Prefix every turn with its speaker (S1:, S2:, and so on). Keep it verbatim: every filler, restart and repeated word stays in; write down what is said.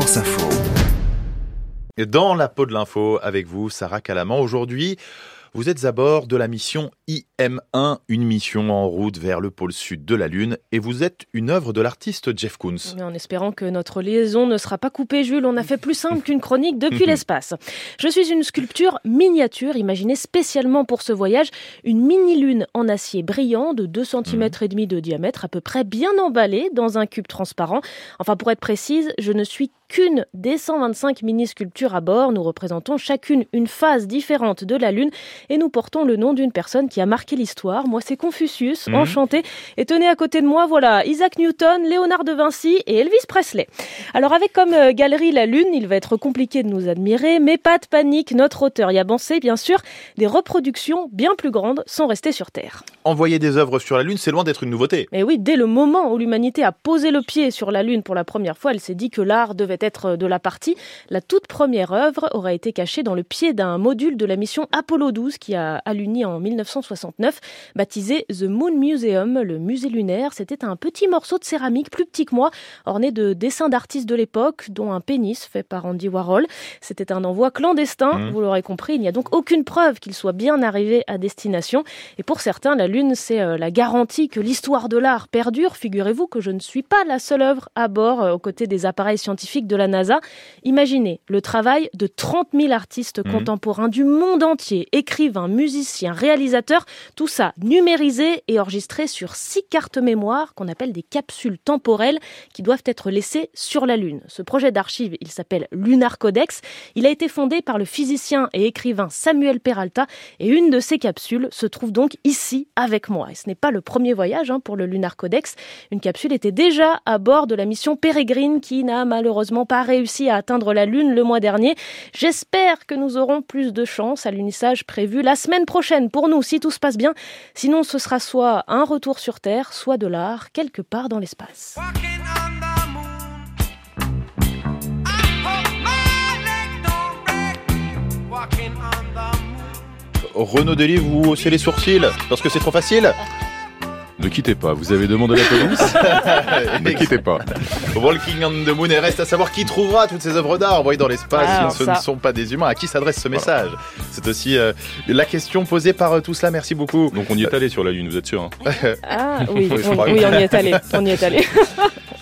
S1: France Info.
S2: Dans la peau de l'info, avec vous, Sarah Calaman. Aujourd'hui, vous êtes à bord de la mission I M un, une mission en route vers le pôle sud de la Lune, et vous êtes une œuvre de l'artiste Jeff Koons.
S3: Mais en espérant que notre liaison ne sera pas coupée, Jules, on a fait plus simple qu'une chronique depuis l'espace. Je suis une sculpture miniature imaginée spécialement pour ce voyage, une mini-lune en acier brillant de deux centimètres et demi de diamètre, à peu près bien emballée dans un cube transparent. Enfin, pour être précise, je ne suis qu'une des cent vingt-cinq mini-sculptures à bord. Nous représentons chacune une phase différente de la Lune et nous portons le nom d'une personne qui a marqué l'histoire. Moi, c'est Confucius, mmh. enchanté. Et tenez à côté de moi, voilà, Isaac Newton, Léonard de Vinci et Elvis Presley. Alors, avec comme euh, galerie la Lune, il va être compliqué de nous admirer, mais pas de panique, notre auteur y a pensé, bien sûr. Des reproductions bien plus grandes sont restées sur Terre.
S2: Envoyer des œuvres sur la Lune, c'est loin d'être une nouveauté.
S3: Et oui, dès le moment où l'humanité a posé le pied sur la Lune pour la première fois, elle s'est dit que l'art devait être de la partie. La toute première œuvre aurait été cachée dans le pied d'un module de la mission Apollo douze qui a aluni en dix-neuf cent soixante-neuf, baptisé The Moon Museum, le musée lunaire. C'était un petit morceau de céramique plus petit que moi, orné de dessins d'artistes de l'époque, dont un pénis fait par Andy Warhol. C'était un envoi clandestin, mmh. vous l'aurez compris. Il n'y a donc aucune preuve qu'il soit bien arrivé à destination. Et pour certains, la Lune, c'est euh, la garantie que l'histoire de l'art perdure. Figurez-vous que je ne suis pas la seule œuvre à bord euh, aux côtés des appareils scientifiques de la NASA. Imaginez le travail de trente mille artistes mmh. contemporains du monde entier, écrivains, musiciens, réalisateurs, tout ça numérisé et enregistré sur six cartes mémoire qu'on appelle des capsules temporelles qui doivent être laissées sur la Lune. Ce projet d'archives, il s'appelle Lunar Codex. Il a été fondé par le physicien et écrivain Samuel Peralta et une de ces capsules se trouve donc ici avec moi. Et ce n'est pas le premier voyage hein, pour le Lunar Codex. Une capsule était déjà à bord de la mission Peregrine qui n'a malheureusement pas réussi à atteindre la Lune le mois dernier. J'espère que nous aurons plus de chance à l'unissage prévu la semaine prochaine pour nous, si tout se passe bien. Sinon, ce sera soit un retour sur Terre, soit de l'art quelque part dans l'espace.
S2: Renaud Delis, vous haussez les sourcils parce que c'est trop facile.
S4: Ne quittez pas, vous avez demandé la police. Ne quittez pas.
S2: Walking on the Moon, et reste à savoir qui trouvera toutes ces œuvres d'art envoyées dans l'espace.
S3: Ah,
S2: ce
S3: ça.
S2: ne sont pas des humains. À qui s'adresse ce message? C'est aussi euh, la question posée par euh, tout cela. Merci beaucoup.
S4: Donc on y est allé sur la Lune, vous êtes sûr hein?
S3: Ah oui,
S2: Oui, je
S3: on,
S2: crois.
S3: oui, on y est allé. On y est allé.